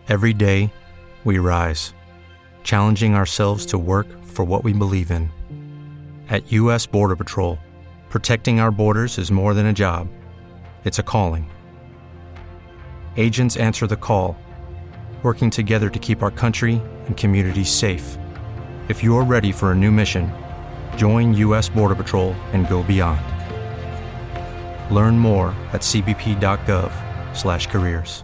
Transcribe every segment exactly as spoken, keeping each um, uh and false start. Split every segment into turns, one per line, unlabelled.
Every day, we rise, challenging ourselves to work for what we believe in. At U S Border Patrol, protecting our borders is more than a job, it's a calling. Agents answer the call, working together to keep our country and communities safe. If you're ready for a new mission, join U S Border Patrol and go beyond. Learn more at c b p dot gov slash careers.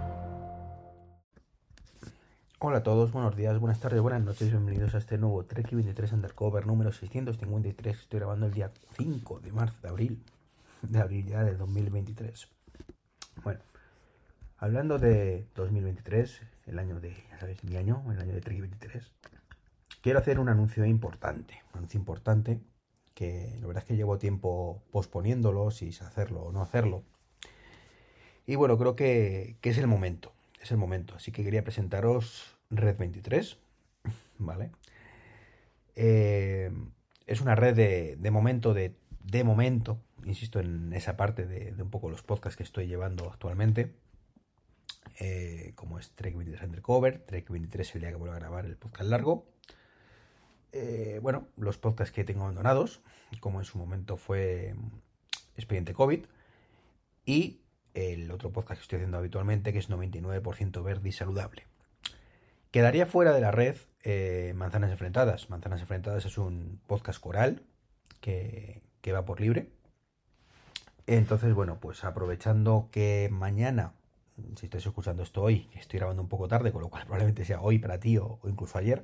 Hola a todos, buenos días, buenas tardes, buenas noches, bienvenidos a este nuevo Trek veintitrés Undercover número seiscientos cincuenta y tres. Estoy grabando el día cinco de marzo, de abril, de abril ya de dos mil veintitrés. Bueno, hablando de dos mil veintitrés, el año de, ya sabéis, mi año, el año de Trek veintitrés, quiero hacer un anuncio importante, un anuncio importante que la verdad es que llevo tiempo posponiéndolo, si es hacerlo o no hacerlo. Y bueno, creo que, que es el momento. Es el momento, así que quería presentaros Red veintitrés, ¿vale? Eh, es una red de, de momento, de, de momento, insisto en esa parte de, de un poco los podcasts que estoy llevando actualmente, eh, como es Trek veintitrés Undercover, Trek veintitrés el día que vuelva a grabar el podcast largo. Eh, bueno, los podcasts que tengo abandonados, como en su momento fue Expediente COVID, y el otro podcast que estoy haciendo habitualmente, que es noventa y nueve por ciento verde y saludable. Quedaría fuera de la red eh, Manzanas Enfrentadas. Manzanas Enfrentadas es un podcast coral que, que va por libre. Entonces, bueno, pues aprovechando que mañana, si estáis escuchando esto hoy, que estoy grabando un poco tarde, con lo cual probablemente sea hoy para ti o, o incluso ayer,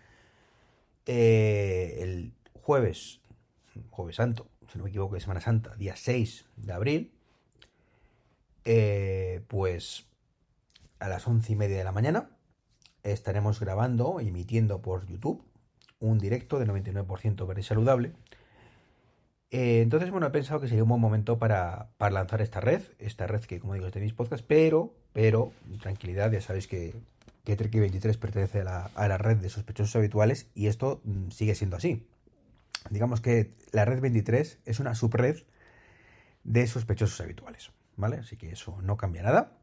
eh, el jueves, jueves santo, si no me equivoco, de Semana Santa, día seis de abril, Eh, pues a las once y media de la mañana estaremos grabando, emitiendo por YouTube, un directo de noventa y nueve por ciento verde y saludable. Eh, entonces, bueno, he pensado que sería un buen momento para, para lanzar esta red, esta red que, como digo, es de mis podcasts, pero, pero, tranquilidad, ya sabéis que, que Trek veintitrés pertenece a la, a la red de sospechosos habituales y esto mm, sigue siendo así. Digamos que la red veintitrés es una subred de sospechosos habituales, ¿vale? Así que eso no cambia nada.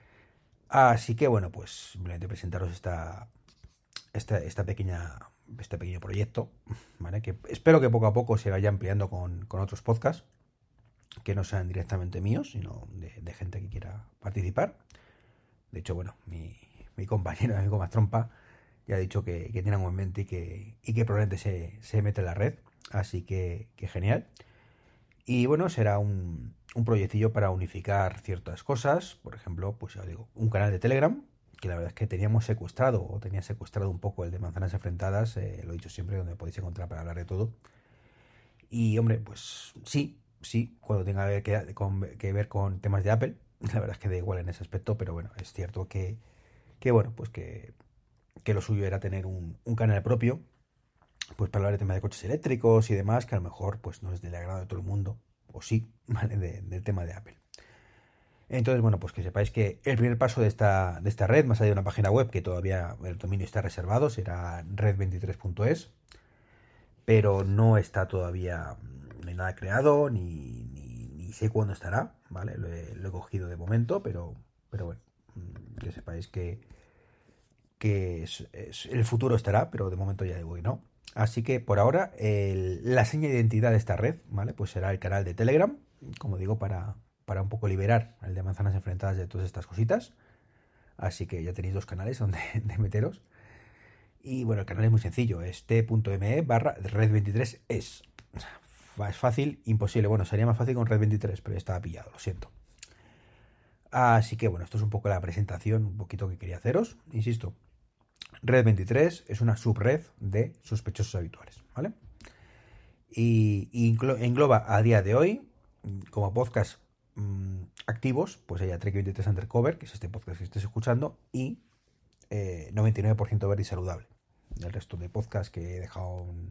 Así que bueno, pues simplemente presentaros esta, esta, esta pequeña, este pequeño proyecto, ¿vale? Que espero que poco a poco se vaya ampliando con, con otros podcasts que no sean directamente míos, sino de, de gente que quiera participar. De hecho, bueno, mi, mi compañero, mi amigo Mastrompa, ya ha dicho que, que tiene algo en mente y que, y que probablemente se, se mete en la red. Así que, que genial. Y bueno, será un, un proyectillo para unificar ciertas cosas. Por ejemplo, pues ya digo, un canal de Telegram, que la verdad es que teníamos secuestrado, o tenía secuestrado un poco el de Manzanas Enfrentadas, eh, lo he dicho siempre, donde podéis encontrar para hablar de todo. Y hombre, pues sí, sí, cuando tenga que, con, que ver con temas de Apple, la verdad es que da igual en ese aspecto, pero bueno, es cierto que, que bueno, pues que, que lo suyo era tener un, un canal propio, pues para hablar de temas de coches eléctricos y demás, que a lo mejor pues no es del agrado de todo el mundo, o sí, ¿vale? De, del tema de Apple. Entonces, bueno, pues que sepáis que el primer paso de esta, de esta red, más allá de una página web que todavía el dominio está reservado, será red veintitrés punto es, pero no está todavía, no hay nada creado, ni, ni, ni sé cuándo estará, ¿vale? Lo he, lo he cogido de momento, pero, pero bueno, que sepáis que, que es, es, el futuro estará, pero de momento ya digo que no. Así que por ahora el, la seña de identidad de esta red, ¿vale? Pues será el canal de Telegram, como digo, para, para un poco liberar el de Manzanas Enfrentadas de todas estas cositas. Así que ya tenéis dos canales donde de meteros. Y bueno, el canal es muy sencillo, es t.me barra red veintitrés es. Es fácil, imposible. Bueno, sería más fácil con red veintitrés, pero ya estaba pillado, lo siento. Así que bueno, esto es un poco la presentación, un poquito que quería haceros. Insisto, Red veintitrés es una subred de sospechosos habituales, ¿vale? Y, y engloba a día de hoy, como podcast mmm, activos, pues hay Trek veintitrés Undercover, que es este podcast que estés escuchando, y eh, noventa y nueve por ciento verde y saludable. El resto de podcasts que he dejado... Un...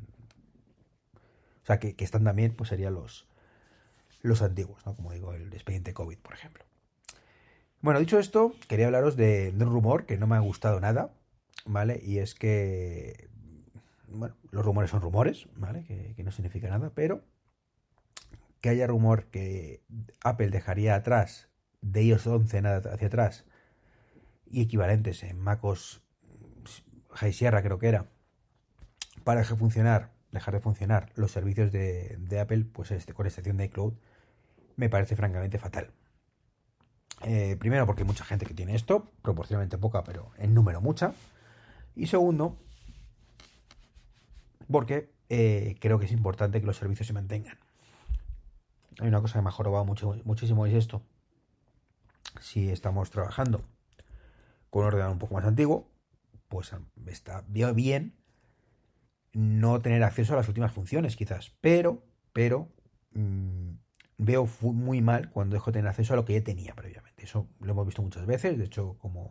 O sea, que, que están también, pues serían los, los antiguos, ¿no? Como digo, el Expediente COVID, por ejemplo. Bueno, dicho esto, quería hablaros de, de un rumor que no me ha gustado nada, ¿vale? Y es que, bueno, los rumores son rumores, ¿vale? Que, que no significa nada, pero que haya rumor que Apple dejaría atrás de iOS once nada hacia atrás y equivalentes en MacOS High Sierra, creo que era, para dejar funcionar, dejar de funcionar los servicios de, de Apple, pues este, con excepción de iCloud, me parece francamente fatal. Eh, primero porque hay mucha gente que tiene esto, proporcionalmente poca, pero en número mucha. Y segundo, porque eh, creo que es importante que los servicios se mantengan. Hay una cosa que me ha jorobado mucho, muchísimo, y es esto. Si estamos trabajando con un ordenador un poco más antiguo, pues está bien no tener acceso a las últimas funciones, quizás. Pero, pero, mmm, veo muy mal cuando dejo de tener acceso a lo que ya tenía previamente. Eso lo hemos visto muchas veces. De hecho, como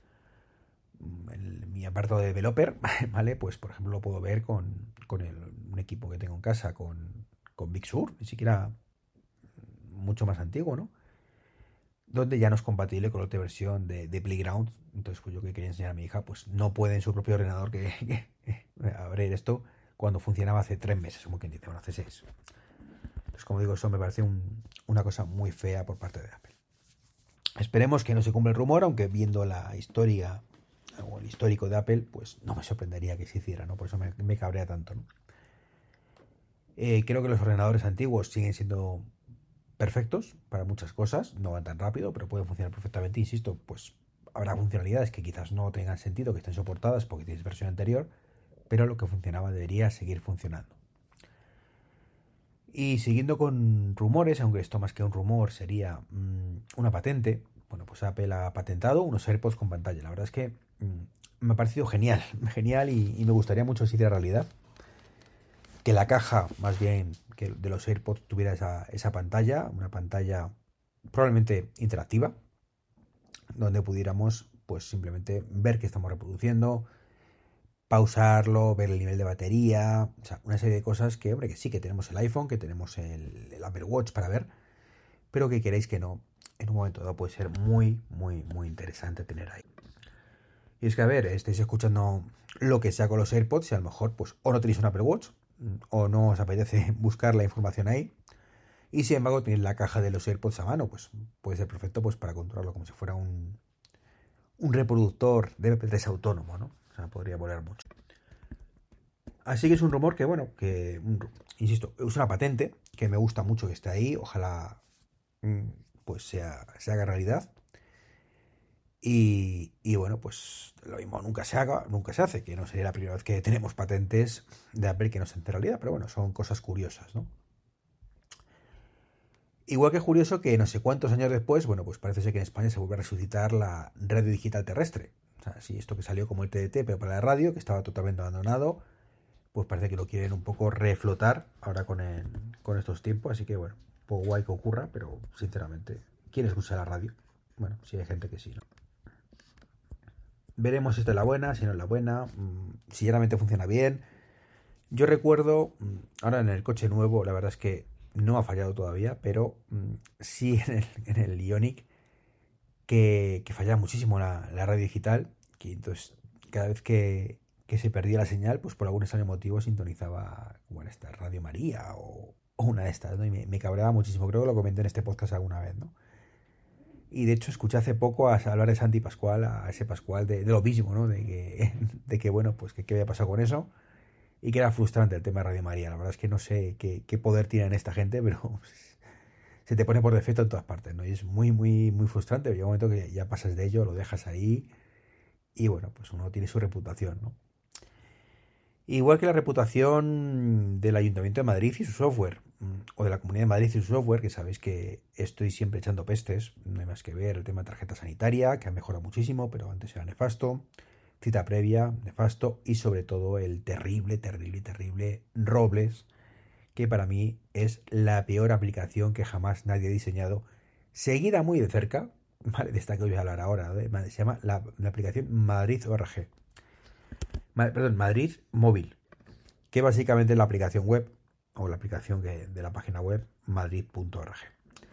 en mi apartado de developer, ¿vale? Pues, por ejemplo, lo puedo ver con, con el, un equipo que tengo en casa, con, con Big Sur, ni siquiera mucho más antiguo, ¿no? Donde ya no es compatible con la otra versión de, de Playground. Entonces, pues yo que quería enseñar a mi hija, pues no puede en su propio ordenador que, que, que abrir esto cuando funcionaba hace tres meses, como quien dice, bueno, hace seis. Pues como digo, eso me parece un, una cosa muy fea por parte de Apple. Esperemos que no se cumpla el rumor, aunque viendo la historia o el histórico de Apple, pues no me sorprendería que se hiciera, ¿no? Por eso me, me cabrea tanto, ¿no? Eh, creo que los ordenadores antiguos siguen siendo perfectos para muchas cosas, no van tan rápido, pero pueden funcionar perfectamente. Insisto, pues habrá funcionalidades que quizás no tengan sentido que estén soportadas porque tienes versión anterior, pero lo que funcionaba debería seguir funcionando. Y siguiendo con rumores, aunque esto más que un rumor sería mmm, una patente, bueno, pues Apple ha patentado unos AirPods con pantalla. La verdad es que mmm, me ha parecido genial, genial y, y me gustaría mucho si hiciera realidad. Que la caja, más bien, que de los AirPods tuviera esa, esa pantalla, una pantalla probablemente interactiva, donde pudiéramos pues simplemente ver qué estamos reproduciendo, pausarlo, ver el nivel de batería, o sea, una serie de cosas que, hombre, que sí, que tenemos el iPhone, que tenemos el, el Apple Watch para ver, pero que queréis que no, en un momento dado puede ser muy, muy, muy interesante tener ahí. Y es que, a ver, estáis escuchando lo que sea con los AirPods y a lo mejor, pues, o no tenéis un Apple Watch, o no os apetece buscar la información ahí, y sin embargo tenéis la caja de los AirPods a mano, pues puede ser perfecto pues para controlarlo como si fuera un, un reproductor de eme pe tres autónomo, ¿no? O sea, podría volar mucho. Así que es un rumor que, bueno, que, un, insisto, es una patente que me gusta mucho que esté ahí, ojalá pues sea, se haga realidad. Y, y bueno, pues lo mismo nunca se haga, nunca se hace, que no sería la primera vez que tenemos patentes de Apple que no se hacen realidad, pero bueno, son cosas curiosas, ¿no? Igual que curioso que no sé cuántos años después, bueno, pues parece ser que en España se vuelve a resucitar la radio digital terrestre. O sea, sí, esto que salió como el te de te, pero para la radio, que estaba totalmente abandonado, pues parece que lo quieren un poco reflotar ahora con, el, con estos tiempos, así que bueno, un poco guay que ocurra, pero sinceramente, ¿quién escucha la radio? Bueno, sí hay gente que sí, ¿no? Veremos si esta es la buena, si no es la buena, si realmente funciona bien. Yo recuerdo, ahora en el coche nuevo, la verdad es que no ha fallado todavía, pero sí en el, en el Ioniq, que, que fallaba muchísimo la, la radio digital, que entonces cada vez que, que se perdía la señal, pues por algún extraño motivo sintonizaba como en esta Radio María o, o una de estas, ¿no? Y me, me cabreaba muchísimo, creo que lo comenté en este podcast alguna vez, ¿no? Y de hecho escuché hace poco a hablar de Santi Pascual, a ese Pascual, de, de lo mismo, ¿no? De que, de que bueno, pues que qué había pasado con eso y que era frustrante el tema de Radio María. La verdad es que no sé qué, qué poder tienen esta gente, pero se te pone por defecto en todas partes, ¿no? Y es muy, muy, muy frustrante. Llega un momento que ya pasas de ello, lo dejas ahí y bueno, pues uno tiene su reputación, ¿no? Igual que la reputación del Ayuntamiento de Madrid y su software, o de la Comunidad de Madrid y su software, que sabéis que estoy siempre echando pestes, no hay más que ver el tema de tarjeta sanitaria, que ha mejorado muchísimo, pero antes era nefasto, cita previa, nefasto, y sobre todo el terrible, terrible, terrible Robles, que para mí es la peor aplicación que jamás nadie ha diseñado, seguida muy de cerca, ¿vale? De esta que os voy a hablar ahora, ¿eh? Se llama la, la aplicación Madrid O R G. Perdón, Madrid Móvil, que básicamente es la aplicación web o la aplicación que, de la página web madrid punto org.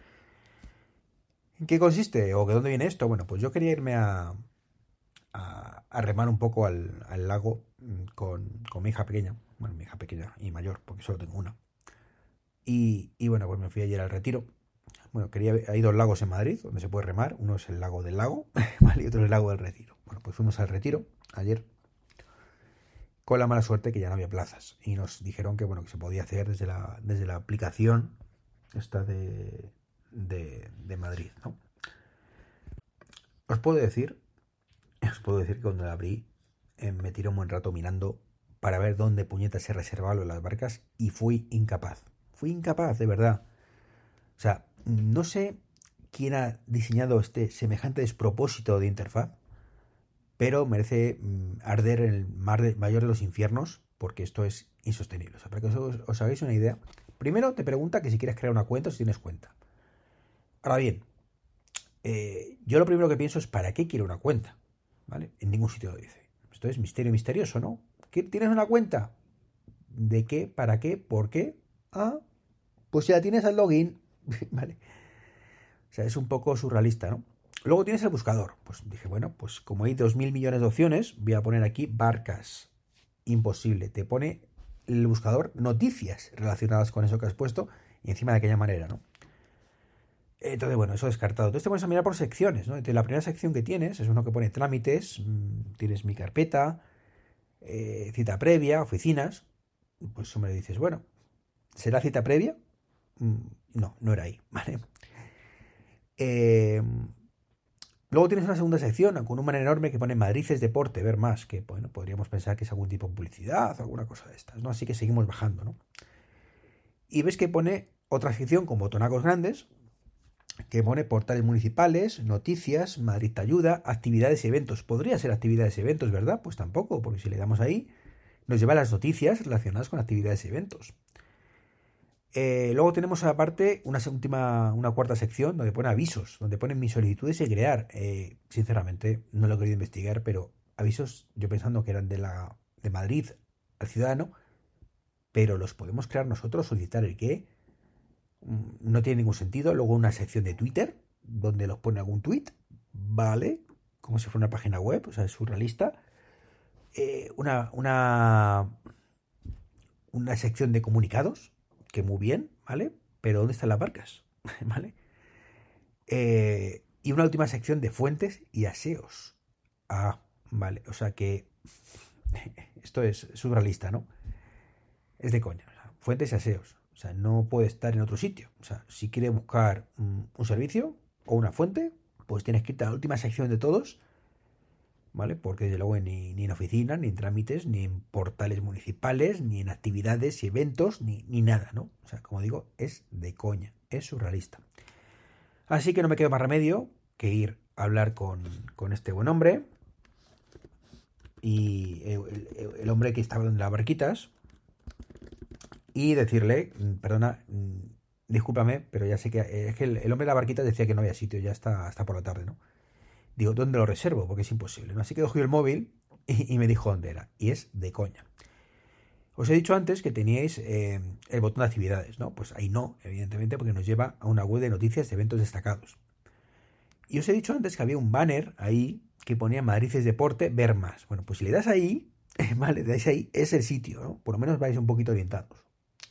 ¿En qué consiste o de dónde viene esto? Bueno, pues yo quería irme a, a, a remar un poco al, al lago con, con mi hija pequeña, bueno, mi hija pequeña y mayor, porque solo tengo una. Y, y bueno, pues me fui ayer al Retiro, Bueno, quería, hay dos lagos en Madrid donde se puede remar. Uno es el lago del lago, ¿vale? Y otro es el lago del Retiro. Bueno, pues fuimos al Retiro ayer con la mala suerte que ya no había plazas. Y nos dijeron que, bueno, que se podía hacer desde la, desde la aplicación esta de, de, de Madrid, ¿no? Os puedo decir, os puedo decir que cuando la abrí eh, me tiré un buen rato mirando para ver dónde puñetas se reservaban las barcas y fui incapaz. Fui incapaz, de verdad. O sea, no sé quién ha diseñado este semejante despropósito de interfaz, pero merece mm, arder en el mar de, mayor de los infiernos, porque esto es insostenible. O sea, para que os, os hagáis una idea, primero te pregunta que si quieres crear una cuenta o si tienes cuenta. Ahora bien, eh, yo lo primero que pienso es ¿para qué quiero una cuenta? ¿Vale? En ningún sitio lo dice. Esto es misterio misterioso, ¿no? ¿Qué, ¿Tienes una cuenta? ¿De qué? ¿Para qué? ¿Por qué? Ah, pues si la tienes al login, ¿vale? O sea, es un poco surrealista, ¿no? Luego tienes el buscador. Pues dije, bueno, pues como hay dos mil millones de opciones, voy a poner aquí barcas. Imposible. Te pone el buscador noticias relacionadas con eso que has puesto y encima de aquella manera, ¿no? Entonces, bueno, eso descartado. Entonces te pones a mirar por secciones, ¿no? Entonces, la primera sección que tienes es uno que pone trámites, tienes mi carpeta, eh, cita previa, oficinas. Pues me dices, bueno, ¿será cita previa? No, no era ahí, ¿vale? Eh, luego tienes una segunda sección con un banner enorme que pone Madrid es deporte, ver más, que bueno, podríamos pensar que es algún tipo de publicidad o alguna cosa de estas, ¿no? Así que seguimos bajando, ¿no? Y ves que pone otra sección con botonacos grandes que pone portales municipales, noticias, Madrid te ayuda, actividades y eventos. Podría ser actividades y eventos, ¿verdad? Pues tampoco, porque si le damos ahí, nos lleva a las noticias relacionadas con actividades y eventos. Eh, luego tenemos aparte una última, una cuarta sección donde pone avisos, donde ponen mis solicitudes y crear. Eh, sinceramente, no lo he querido investigar, pero avisos, yo pensando que eran de la de Madrid al ciudadano, pero los podemos crear nosotros, solicitar el qué. No tiene ningún sentido. Luego una sección de Twitter donde los pone algún tweet, vale, como si fuera una página web, o sea, es surrealista. Eh, una, una, una sección de comunicados, que muy bien, ¿vale? Pero ¿dónde están las barcas? ¿Vale? Eh, y una última sección de fuentes y aseos. Ah, vale, o sea que esto es surrealista, ¿no? Es de coña, o sea, fuentes y aseos. O sea, no puede estar en otro sitio. O sea, si quiere buscar un, un servicio o una fuente, pues tienes que irte a la última sección de todos, ¿vale? Porque desde luego ni, ni en oficinas, ni en trámites, ni en portales municipales, ni en actividades y eventos, ni, ni nada, ¿no? O sea, como digo, es de coña, es surrealista. Así que no me queda más remedio que ir a hablar con, con este buen hombre y el, el, el hombre que estaba en las barquitas, y decirle, perdona, discúlpame, pero ya sé que es que el, el hombre de la barquita decía que no había sitio, ya está hasta por la tarde, ¿no? Digo, ¿dónde lo reservo? Porque es imposible, ¿no? Así que cogí el móvil y, y me dijo dónde era, y es de coña. Os he dicho antes que teníais eh, el botón de actividades, ¿no? Pues ahí no, evidentemente, porque nos lleva a una web de noticias de eventos destacados. Y os he dicho antes que había un banner ahí que ponía Madrid es deporte, ver más. Bueno, pues si le das ahí, vale, le dais ahí, es el sitio, ¿no? Por lo menos vais un poquito orientados.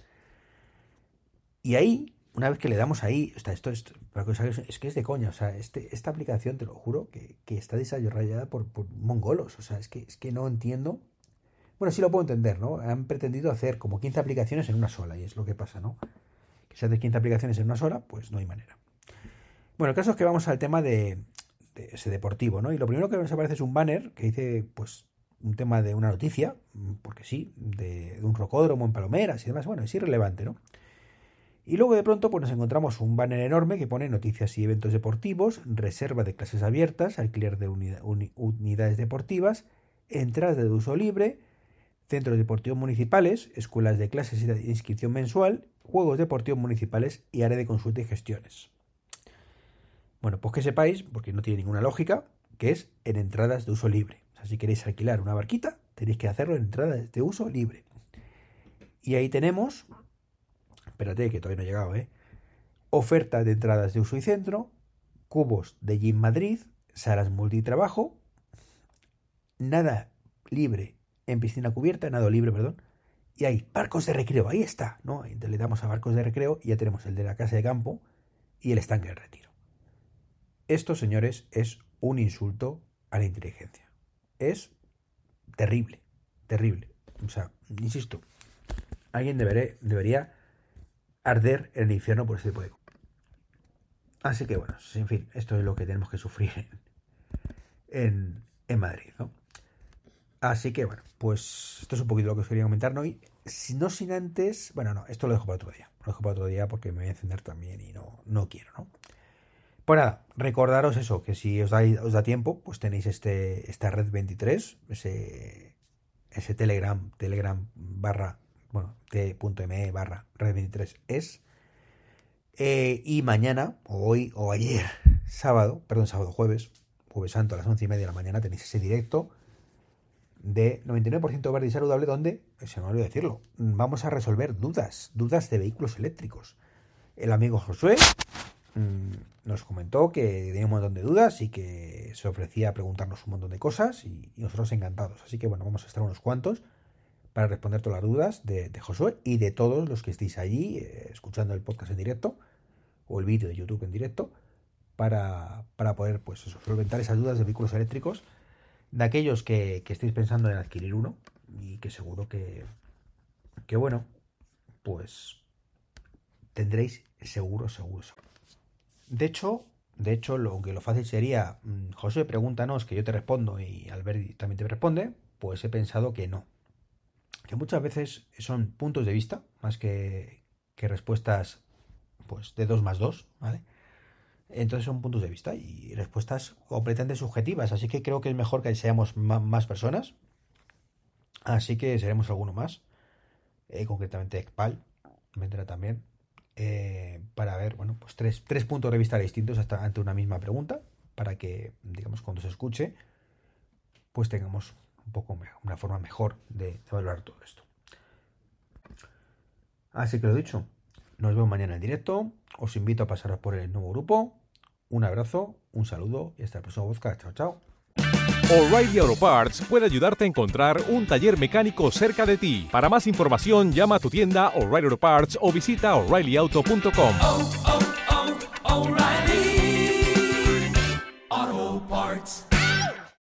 Y ahí, una vez que le damos ahí, o sea, esto, esto para que os hagáis, es que es de coña, o sea, este, esta aplicación, te lo juro, que, que está desarrollada por, por mongolos, o sea, es que, es que no entiendo. Bueno, sí lo puedo entender, ¿no? Han pretendido hacer como quince aplicaciones en una sola, y es lo que pasa, ¿no? Que si haces quince aplicaciones en una sola, pues no hay manera. Bueno, el caso es que vamos al tema de, de ese deportivo, ¿no? Y lo primero que nos aparece es un banner que dice, pues, un tema de una noticia, porque sí, de, de un rocódromo en Palomeras y demás, bueno, es irrelevante, ¿no? Y luego de pronto pues nos encontramos un banner enorme que pone noticias y eventos deportivos, reserva de clases abiertas, alquiler de unidad, uni, unidades deportivas, entradas de uso libre, centros deportivos municipales, escuelas de clases y de inscripción mensual, juegos deportivos municipales y área de consulta y gestiones. Bueno, pues que sepáis, porque no tiene ninguna lógica, que es en entradas de uso libre. O sea, si queréis alquilar una barquita, tenéis que hacerlo en entradas de uso libre. Y ahí tenemos... Espérate, que todavía no he llegado, ¿eh? Oferta de entradas de uso y centro, cubos de Gym Madrid, salas multitrabajo, nada libre en piscina cubierta, nado libre, perdón, y hay barcos de recreo, ahí está, ¿no? Entonces le damos a barcos de recreo y ya tenemos el de la casa de campo, y el estanque del retiro. Esto, señores, es un insulto a la inteligencia. Es terrible, terrible. O sea, insisto, alguien debería, debería arder en el infierno por este tipo de cosas. Así que bueno, en fin, esto es lo que tenemos que sufrir en, en, en Madrid, ¿no? Así que bueno, pues esto es un poquito lo que os quería comentar, ¿no? Y si no sin antes, bueno, no, esto lo dejo para otro día. Lo dejo para otro día porque me voy a encender también y no, no quiero, ¿no? Pues nada, recordaros eso, que si os da, os da tiempo, pues tenéis este esta red veintitrés, ese, ese Telegram, Telegram barra, bueno, t.me barra red veintitrés es. Eh, y mañana, o hoy, o ayer, sábado, perdón, sábado, jueves, jueves santo a las once y media de la mañana, tenéis ese directo de noventa y nueve por ciento verde y saludable donde, se me olvidó decirlo, vamos a resolver dudas, dudas de vehículos eléctricos. El amigo Josué mmm, nos comentó que tenía un montón de dudas y que se ofrecía a preguntarnos un montón de cosas y, y nosotros encantados. Así que bueno, vamos a estar unos cuantos para responder todas las dudas de, de Josué y de todos los que estéis allí eh, escuchando el podcast en directo o el vídeo de YouTube en directo para, para poder pues eso, solventar esas dudas de vehículos eléctricos de aquellos que, que estéis pensando en adquirir uno y que seguro que, que bueno, pues tendréis seguro, seguro, seguro. De hecho, de hecho, lo que lo fácil sería, José, pregúntanos que yo te respondo y Albert también te responde, pues he pensado que no. Que muchas veces son puntos de vista más que, que respuestas pues de dos más dos, ¿vale? Entonces son puntos de vista y respuestas completamente subjetivas, así que creo que es mejor que seamos más personas, así que seremos alguno más, eh, concretamente Ekpal vendrá también, eh, para ver, bueno, pues tres, tres puntos de vista distintos hasta ante una misma pregunta, para que, digamos, cuando se escuche, pues tengamos un poco una forma mejor de, de valorar todo esto. Así que lo dicho, nos vemos mañana en directo, os invito a pasaros por el nuevo grupo, un abrazo, un saludo y hasta el próximo podcast. Chao, chao.
O'Reilly Auto Parts puede ayudarte a encontrar un taller mecánico cerca de ti. Para más información, llama a tu tienda O'Reilly Auto Parts o visita O'Reilly Auto punto com.
Oh, oh, oh, O'Reilly Auto Parts.